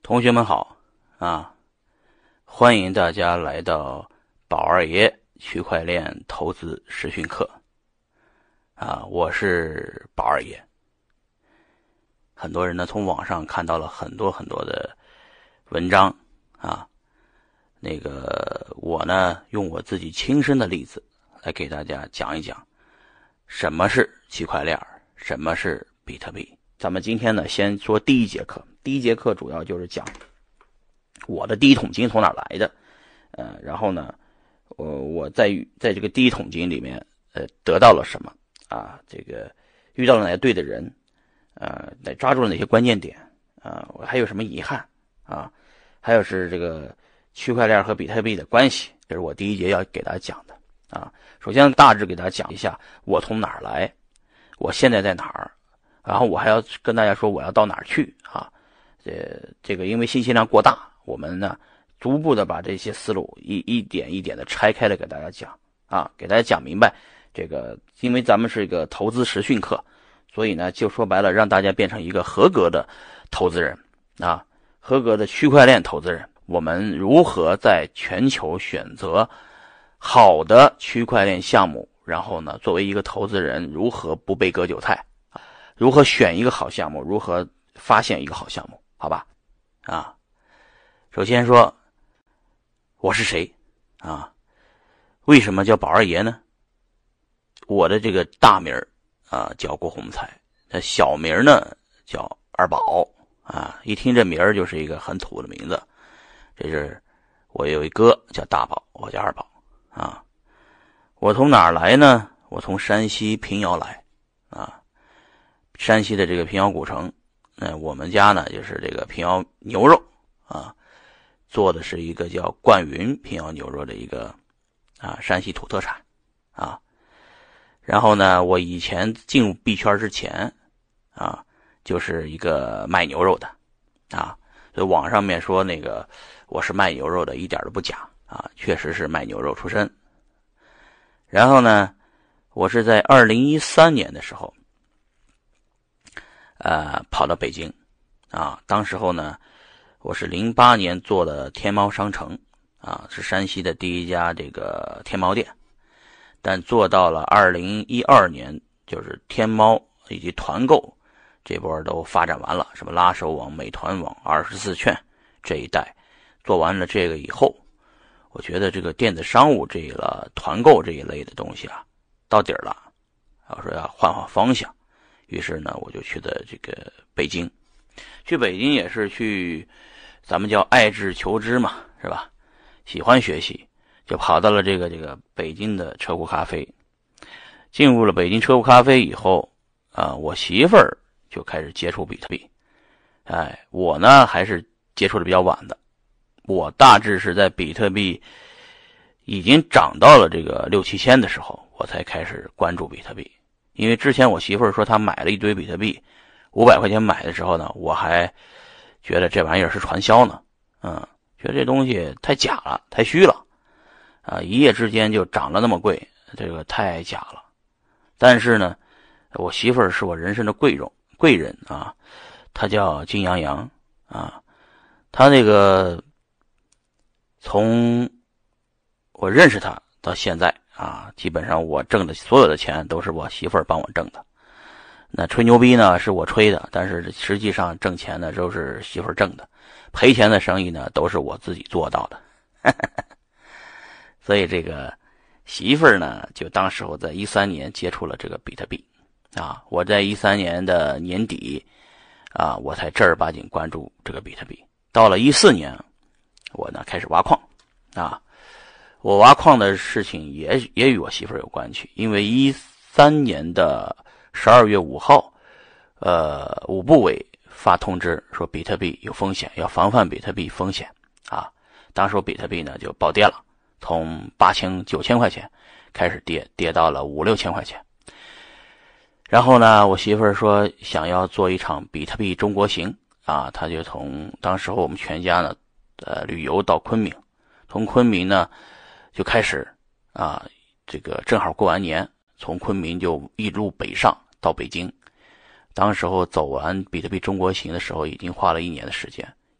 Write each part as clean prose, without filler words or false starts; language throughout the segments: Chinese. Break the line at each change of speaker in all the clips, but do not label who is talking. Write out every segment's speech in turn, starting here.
同学们好欢迎大家来到宝二爷区块链投资实训课我是宝二爷。很多人呢从网上看到了很多的文章我呢用我自己亲身的例子来给大家讲一讲什么是区块链，什么是比特币。咱们今天呢先说第一节课。第一节课主要就是讲我的第一桶金从哪来的，然后呢，我在这个第一桶金里面，得到了什么遇到了哪些对的人，抓住了哪些关键点，我还有什么遗憾还有是这个区块链和比特币的关系，这是我第一节要给大家讲的首先大致给大家讲一下我从哪儿来，我现在在哪儿，然后我还要跟大家说我要到哪儿去这个因为信息量过大，我们呢逐步的把这些思路一点一点的拆开了给大家讲给大家讲明白。这个因为咱们是一个投资实训课，所以呢就说白了让大家变成一个合格的投资人合格的区块链投资人。我们如何在全球选择好的区块链项目，然后呢作为一个投资人如何不被割韭菜，如何选一个好项目，如何发现一个好项目，好吧首先说我是谁为什么叫宝二爷呢？我的这个大名叫郭宏才，小名呢叫二宝一听这名儿就是一个很土的名字。这是我有一哥叫大宝，我叫二宝我从哪儿来呢？我从山西平遥来山西的这个平遥古城，我们家呢就是这个平遥牛肉做的是一个叫冠云平遥牛肉的一个山西土特产然后呢我以前进入币圈之前就是一个卖牛肉的所以网上面说那个我是卖牛肉的一点都不假确实是卖牛肉出身。然后呢我是在2013年的时候跑到北京当时候呢我是08年做的天猫商城是山西的第一家这个天猫店，但做到了2012年，就是天猫以及团购这波都发展完了，什么拉手网、美团网、24券这一代做完了这个以后，我觉得这个电子商务团购这一类的东西到底了，我说要换方向。于是呢我就去的这个北京。去北京也是去咱们叫爱智求知嘛，是吧？喜欢学习，就跑到了这个北京的车库咖啡。进入了北京车库咖啡以后我媳妇儿就开始接触比特币。我呢还是接触的比较晚的。我大致是在比特币已经涨到了这个6-7千的时候，我才开始关注比特币。因为之前我媳妇儿说她买了一堆比特币，500块钱买的时候呢，我还觉得这玩意儿是传销呢，觉得这东西太假了，太虚了，一夜之间就涨了那么贵，这个太假了。但是呢，我媳妇儿是我人生的贵人她叫金洋洋她那个从我认识她到现在基本上我挣的所有的钱都是我媳妇儿帮我挣的。那吹牛逼呢是我吹的，但是实际上挣钱呢都是媳妇儿挣的，赔钱的生意呢都是我自己做到的所以这个媳妇儿呢就当时候在13年接触了这个比特币我在13年的年底我才正儿八经关注这个比特币。到了14年我呢开始挖矿我挖矿的事情也与我媳妇儿有关系。因为13年的12月5号五部委发通知说比特币有风险，要防范比特币风险当时比特币呢就暴跌了，从8000-9000块钱开始跌到了5-6千块钱。然后呢我媳妇儿说想要做一场比特币中国行她就从当时我们全家呢旅游到昆明，从昆明呢就开始这个正好过完年，从昆明就一路北上到北京。当时候走完比特币中国行的时候已经花了1年的时间，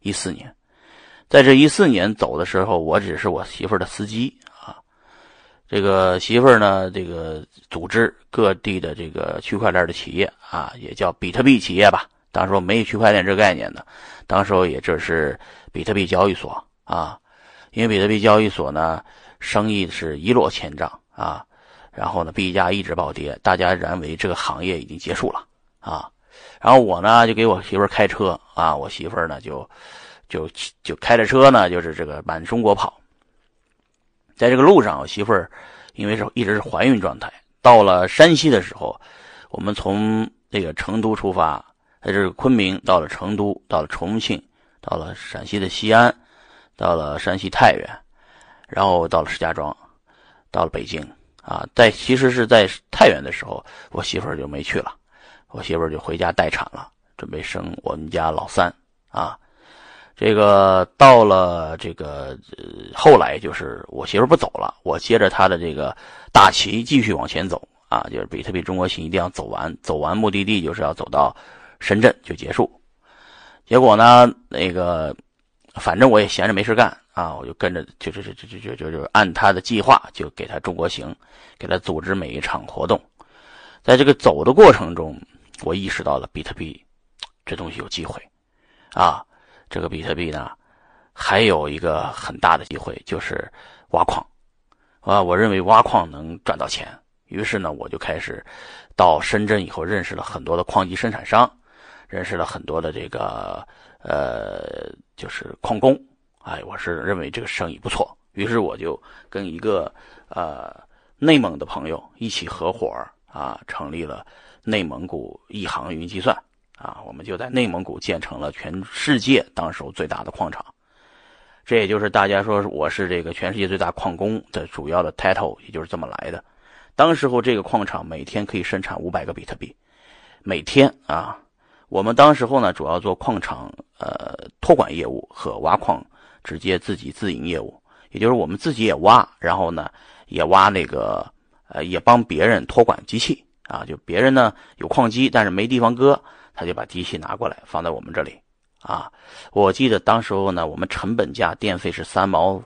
14年。在这14年走的时候，我只是我媳妇儿的司机啊。这个媳妇儿呢，这个组织各地的这个区块链的企业啊，也叫比特币企业吧。当时候没有区块链这个概念的，当时候也就是比特币交易所啊。因为比特币交易所呢，生意是一落千丈啊，然后呢，币价一直暴跌，大家认为这个行业已经结束了啊。然后我呢，就给我媳妇儿开车啊，我媳妇儿呢就开着车呢，就是这个满中国跑。在这个路上，我媳妇儿因为一直是怀孕状态，到了山西的时候，我们从这个成都出发，这是昆明，到了成都，到了重庆，到了陕西的西安，到了山西太原，然后到了石家庄，到了北京啊。其实是在太原的时候，我媳妇儿就没去了，我媳妇儿就回家待产了，准备生我们家老三啊。这个到了这个后来就是我媳妇不走了，我接着她的这个大旗继续往前走啊，就是比特币中国行一定要走完，走完目的地就是要走到深圳就结束。结果呢，那个反正我也闲着没事干啊，我就跟着就按他的计划就给他中国行，给他组织每一场活动。在这个走的过程中，我意识到了比特币这东西有机会啊。这个比特币呢，还有一个很大的机会，就是挖矿啊！我认为挖矿能赚到钱，于是呢，我就开始到深圳以后，认识了很多的矿机生产商，认识了很多的这个就是矿工。哎，我是认为这个生意不错，于是我就跟一个内蒙的朋友一起合伙啊，成立了内蒙古一航云计算。啊，我们就在内蒙古建成了全世界当时最大的矿场，这也就是大家说我是这个全世界最大矿工的主要的 title， 也就是这么来的。当时候这个矿场每天可以生产500个比特币，每天啊。我们当时候呢，主要做矿场托管业务和挖矿直接自己自营业务，也就是我们自己也挖，然后呢也挖那个也帮别人托管机器啊，就别人呢有矿机但是没地方搁，他就把机器拿过来放在我们这里啊。我记得当时候呢，我们成本价电费是3毛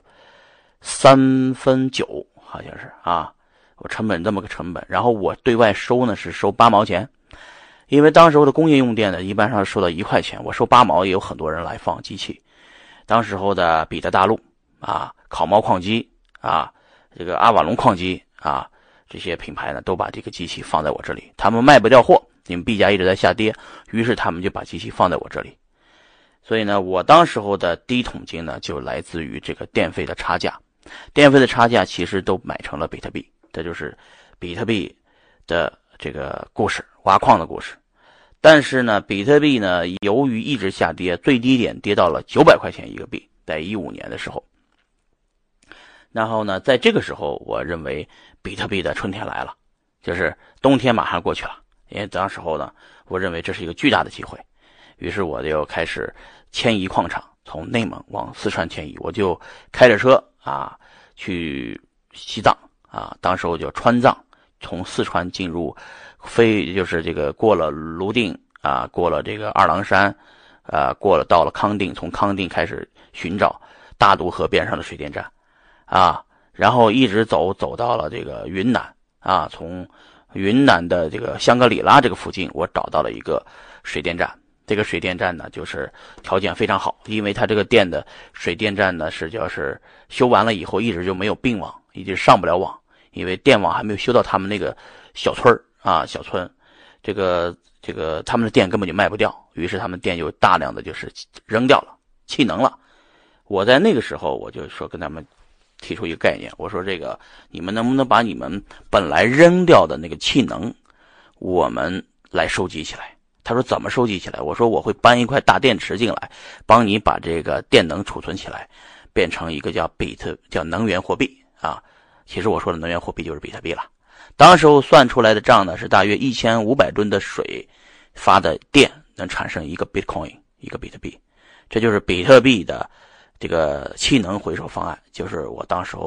3分9，好像是啊，我成本这么个成本，然后我对外收呢是收8毛钱，因为当时候的工业用电呢一般上收到1块钱，我收8毛也有很多人来放机器。当时候的彼得大陆啊、烤猫矿机啊、这个阿瓦隆矿机啊，这些品牌呢都把这个机器放在我这里，他们卖不掉货，因为币价一直在下跌，于是他们就把机器放在我这里。所以呢，我当时候的第一桶金呢就来自于这个电费的差价，电费的差价其实都买成了比特币，这就是比特币的这个故事，挖矿的故事。但是呢，比特币呢由于一直下跌，最低点跌到了900块钱一个币，在15年的时候。然后呢，在这个时候我认为比特币的春天来了，就是冬天马上过去了，因为当时候呢我认为这是一个巨大的机会，于是我就开始迁移矿场，从内蒙往四川迁移，我就开着车啊去西藏啊，当时我就川藏，从四川进入就是这个过了泸定啊，过了这个二郎山到了康定，从康定开始寻找大渡河边上的水电站啊，然后一直走到了这个云南啊，从云南的这个香格里拉这个附近，我找到了一个水电站。这个水电站呢，就是条件非常好，因为它这个电的水电站呢就是修完了以后一直就没有并网，一直上不了网，因为电网还没有修到他们那个小村啊，小村，这个他们的电根本就卖不掉，于是他们电就大量的就是扔掉了，弃能了。我在那个时候我就说跟他们提出一个概念，我说这个你们能不能把你们本来扔掉的那个气能我们来收集起来。他说怎么收集起来？我说我会搬一块大电池进来，帮你把这个电能储存起来，变成一个叫能源货币啊。其实我说的能源货币就是比特币了。当时候算出来的账呢是大约1500吨的水发的电能产生一个 Bitcoin， 一个比特币。这就是比特币的这个气能回收方案，就是我当时候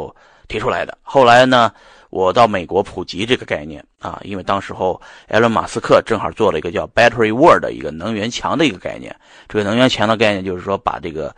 提出来的。后来呢，我到美国普及这个概念啊，因为当时候埃隆·马斯克正好做了一个叫 Battery War 的一个能源墙的一个概念。这个能源墙的概念就是说，把这个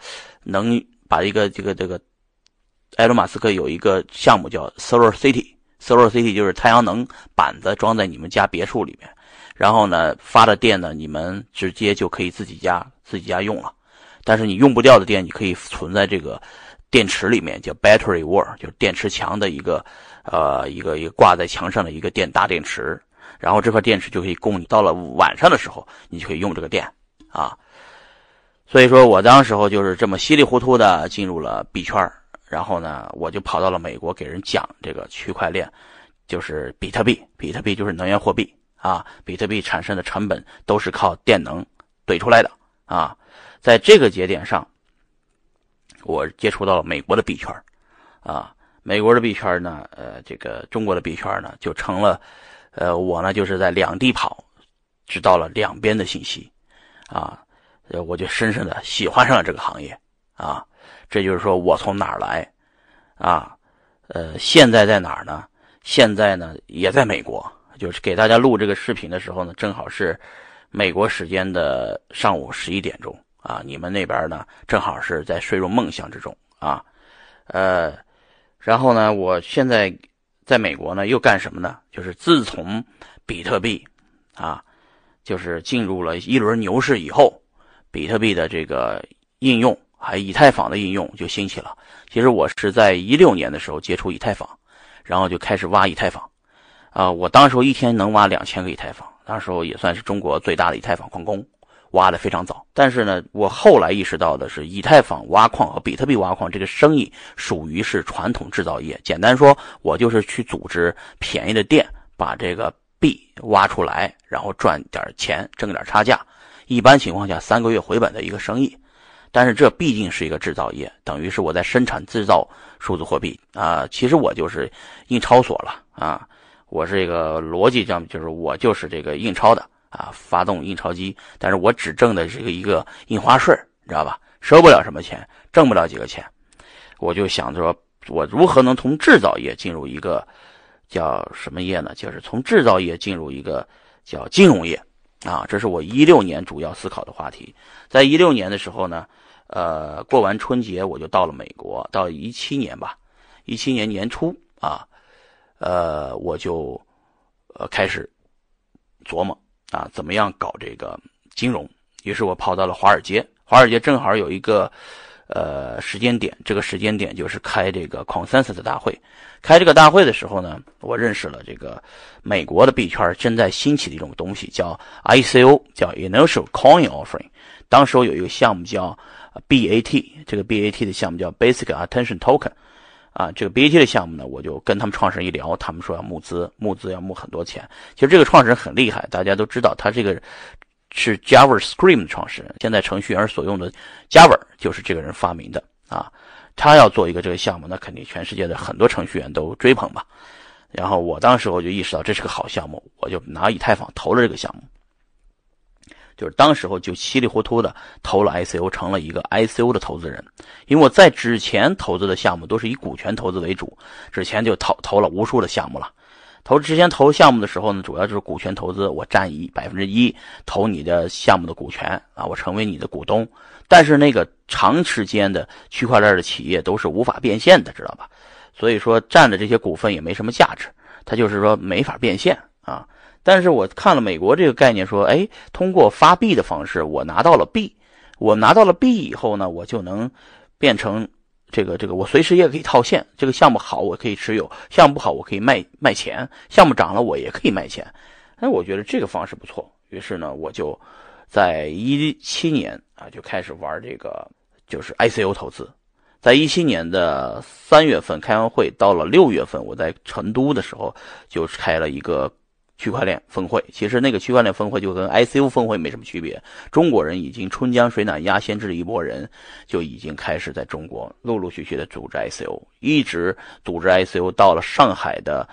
埃隆·马斯克有一个项目叫 Solar City。Solar City 就是太阳能板子装在你们家别墅里面，然后呢发的电呢，你们直接就可以自己家用了。但是你用不掉的电，你可以存在这个电池里面，叫 Battery Wall， 就是电池墙的一个挂在墙上的一个大电池。然后这块电池就可以供你到了晚上的时候，你就可以用这个电啊。所以说我当时候就是这么稀里糊涂的进入了币圈。然后呢，我就跑到了美国给人讲这个区块链，就是比特币。比特币就是能源货币啊，比特币产生的成本都是靠电能怼出来的啊。在这个节点上，我接触到了美国的币圈啊。美国的币圈呢，这个中国的币圈呢，就成了我呢就是在两地跑，知道了两边的信息啊。我就深深的喜欢上了这个行业啊。这就是说我从哪儿来啊？现在在哪儿呢？现在呢也在美国，就是给大家录这个视频的时候呢，正好是美国时间的上午11点钟啊。你们那边呢，正好是在睡入梦乡之中啊。然后呢，我现在在美国呢又干什么呢？就是自从比特币啊，就是进入了一轮牛市以后，比特币的这个应用还有以太坊的应用就兴起了。其实我是在16年的时候接触以太坊，然后就开始挖以太坊啊。我当时候一天能挖2000个以太坊，当时候也算是中国最大的以太坊矿工，挖得非常早。但是呢，我后来意识到的是，以太坊挖矿和比特币挖矿这个生意属于是传统制造业。简单说，我就是去组织便宜的店，把这个币挖出来，然后赚点钱，挣点差价。一般情况下3个月回本的一个生意。但是这毕竟是一个制造业，等于是我在生产制造数字货币啊。其实我就是印钞所了啊，我是一个逻辑上就是我就是这个印钞的啊，发动印钞机，但是我只挣的是一个印花税，你知道吧？收不了什么钱，挣不了几个钱。我就想着说，我如何能从制造业进入一个叫什么业呢？就是从制造业进入一个叫金融业啊。这是我16年主要思考的话题。在16年的时候呢，过完春节我就到了美国，到17年吧，17年年初啊，我就开始琢磨啊，怎么样搞这个金融。于是我跑到了华尔街，华尔街正好有一个时间点，这个时间点就是开这个 Consensus 大会。开这个大会的时候呢，我认识了这个美国的币圈正在兴起的一种东西，叫 ICO， 叫 Initial Coin Offering。当时有一个项目叫BAT， 这个 BAT 的项目叫 Basic Attention Token 啊。这个 BAT 的项目呢，我就跟他们创始人一聊，他们说要募资要募很多钱。其实这个创始人很厉害，大家都知道他这个是 JavaScript 的创始人，现在程序员所用的 Java 就是这个人发明的啊。他要做一个这个项目，那肯定全世界的很多程序员都追捧吧。然后我当时我就意识到这是个好项目，我就拿以太坊投了这个项目。就是当时候就稀里糊涂的投了 ICO， 成了一个 ICO 的投资人。因为我在之前投资的项目都是以股权投资为主，之前就投了无数的项目了。之前投项目的时候呢，主要就是股权投资，我占1%投你的项目的股权啊，我成为你的股东。但是那个长时间的区块链的企业都是无法变现的，知道吧？所以说占了这些股份也没什么价值，它就是说没法变现啊。但是我看了美国这个概念说，通过发币的方式，我拿到了币以后呢，我就能变成这个我随时也可以套现。这个项目好我可以持有，项目不好我可以卖钱，项目涨了我也可以卖钱。我觉得这个方式不错，于是呢我就在17年啊就开始玩这个就是 ICO 投资。在17年的3月份开完会，到了6月份我在成都的时候就开了一个区块链峰会。其实那个区块链峰会就跟 ICO 峰会没什么区别，中国人已经春江水暖鸭先知的一波人就已经开始在中国陆陆续续的组织 ICO， 一直组织 ICO 到了上海的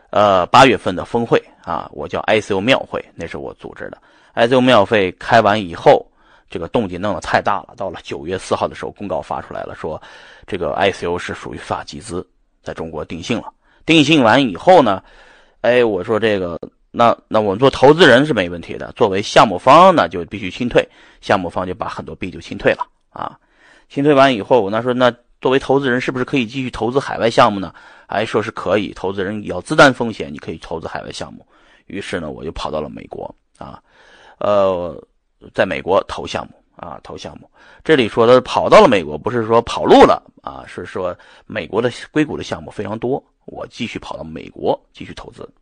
8月份的峰会啊，我叫 ICO 庙会，那是我组织的。ICO 庙会开完以后，这个动静弄得太大了，到了9月4号的时候公告发出来了，说这个 ICO 是属于非法集资在中国定性了。定性完以后呢，我说这个那我们做投资人是没问题的，作为项目方呢就必须清退，项目方就把很多币就清退了啊。清退完以后，我那说那作为投资人是不是可以继续投资海外项目呢？说是可以，投资人要自担风险，你可以投资海外项目。于是呢，我就跑到了美国啊，在美国投项目。这里说的跑到了美国，不是说跑路了啊，是说美国的硅谷的项目非常多，我继续跑到美国继续投资。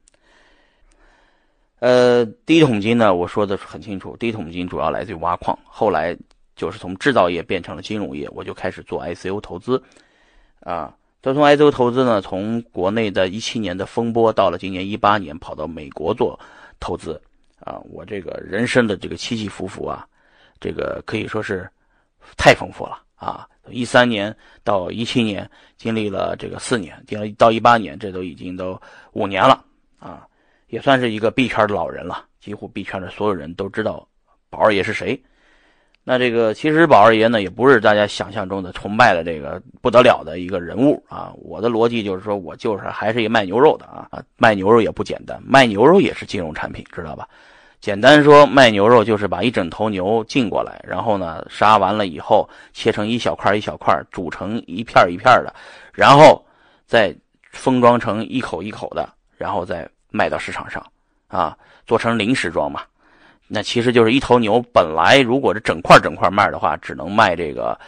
第一桶金呢，我说的很清楚，第一桶金主要来自于挖矿，后来就是从制造业变成了金融业，我就开始做 ICO 投资啊。从 ICO 投资呢，从国内的17年的风波到了今年18年跑到美国做投资啊，我这个人生的这个起起伏伏啊，这个可以说是太丰富了啊！13年到17年经历了这个4年，到18年这都已经都5年了啊，也算是一个币圈的老人了，几乎币圈的所有人都知道宝二爷是谁。那这个其实宝二爷呢，也不是大家想象中的崇拜的这个不得了的一个人物啊。我的逻辑就是说，我就是还是一个卖牛肉的啊，卖牛肉也不简单，卖牛肉也是金融产品，知道吧？简单说，卖牛肉就是把一整头牛进过来，然后呢杀完了以后切成一小块一小块，煮成一片一片的，然后再封装成一口一口的，然后再卖到市场上啊，做成零食装嘛。那其实就是一头牛本来如果是整块卖的话，只能卖这个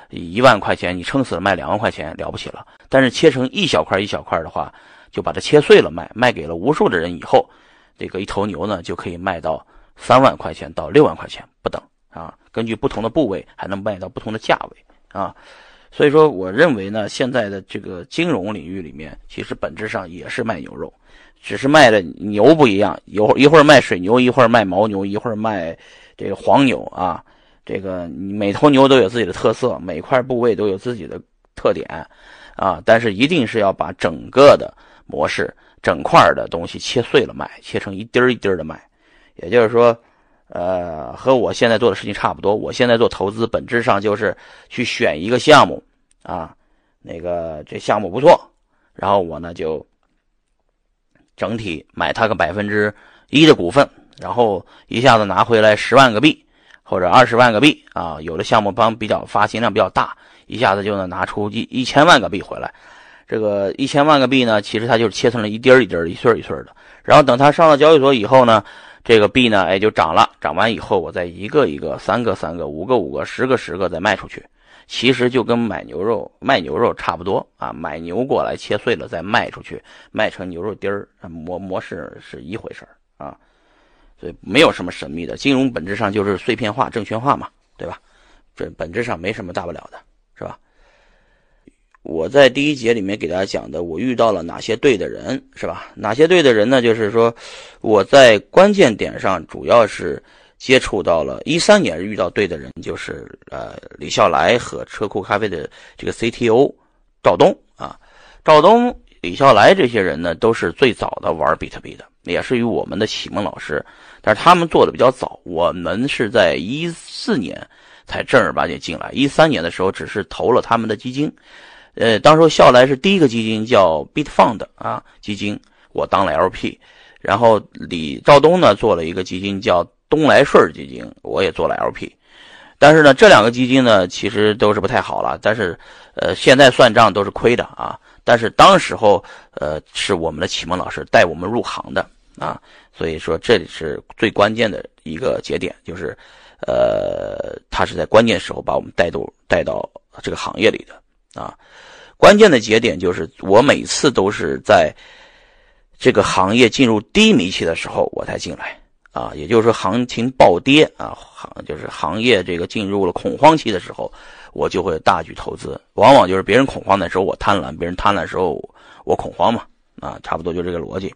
1万块钱，你撑死了卖2万块钱了不起了。但是切成一小块一小块的话，就把它切碎了卖给了无数的人以后，这个一头牛呢就可以卖到3万块钱到6万块钱不等啊，根据不同的部位还能卖到不同的价位啊。所以说我认为呢，现在的这个金融领域里面其实本质上也是卖牛肉，只是卖的牛不一样，一会儿卖水牛，一会儿卖牦牛，一会儿卖这个黄牛啊。这个每头牛都有自己的特色，每块部位都有自己的特点啊，但是一定是要把整个的模式整块的东西切碎了卖，切成一丁一丁的卖。也就是说和我现在做的事情差不多。我现在做投资本质上就是去选一个项目啊，那个这项目不错，然后我呢就整体买它个1%的股份，然后一下子拿回来10万个币或者20万个币啊，有的项目方发行量比较大，一下子就能拿出1000万个币回来。这个1000万个币呢，其实它就是切成了一丁一丁一穗一穗的，然后等它上了交易所以后呢，这个币呢就涨了，涨完以后我再一个一个3个3个5个5个10个10个再卖出去，其实就跟卖牛肉差不多啊，买牛过来切碎了再卖出去，卖成牛肉丁儿，模式是一回事啊。所以没有什么神秘的，金融本质上就是碎片化证券化嘛，对吧？这本质上没什么大不了的，是吧？我在第一节里面给大家讲的，我遇到了哪些对的人，是吧？哪些对的人呢？就是说我在关键点上主要是接触到了13年遇到对的人，就是李笑来和车库咖啡的这个 CTO 赵东啊，赵东、李笑来这些人呢，都是最早的玩比特币的，也是与我们的启蒙老师，但是他们做的比较早，我们是在14年才正儿八经进来，13年的时候只是投了他们的基金。当时笑来是第一个基金叫 Bitfund 啊基金，我当了 LP， 然后赵东呢做了一个基金叫东来顺基金，我也做了 LP。但是呢，这两个基金呢其实都是不太好了，但是现在算账都是亏的啊。但是当时候是我们的启蒙老师带我们入行的啊，所以说这里是最关键的一个节点，就是他是在关键时候把我们带到这个行业里的啊。关键的节点就是我每次都是在这个行业进入低迷期的时候我才进来啊，也就是说行情暴跌啊，就是行业这个进入了恐慌期的时候，我就会大举投资。往往就是别人恐慌的时候我贪婪，别人贪婪的时候我恐慌嘛啊，差不多就这个逻辑。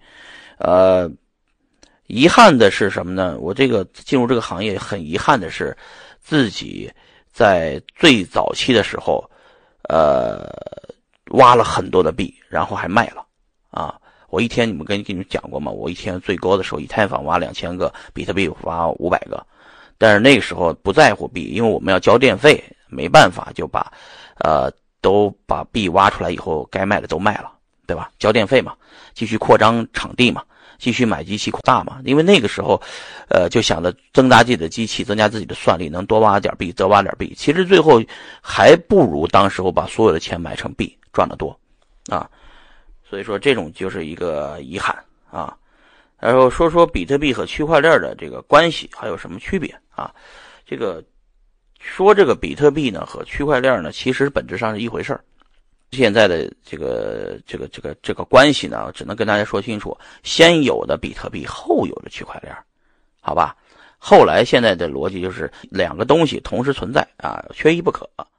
遗憾的是什么呢？我这个进入这个行业很遗憾的是，自己在最早期的时候挖了很多的币，然后还卖了啊！我一天跟你们讲过吗？我一天最高的时候，以太坊挖2000个，比特币挖500个，但是那个时候不在乎币，因为我们要交电费，没办法就都把币挖出来以后，该卖的都卖了对吧？交电费嘛，继续扩张场地嘛，继续买机器扩大嘛。因为那个时候，就想着增大自己的机器，增加自己的算力，能多挖点币，多挖点币。其实最后还不如当时候把所有的钱买成币赚得多啊。所以说这种就是一个遗憾啊。然后说说比特币和区块链的这个关系还有什么区别啊？这个比特币呢和区块链呢，其实本质上是一回事儿。现在的这个关系呢，只能跟大家说清楚，先有的比特币，后有的区块链，好吧？后来现在的逻辑就是两个东西同时存在啊，缺一不可。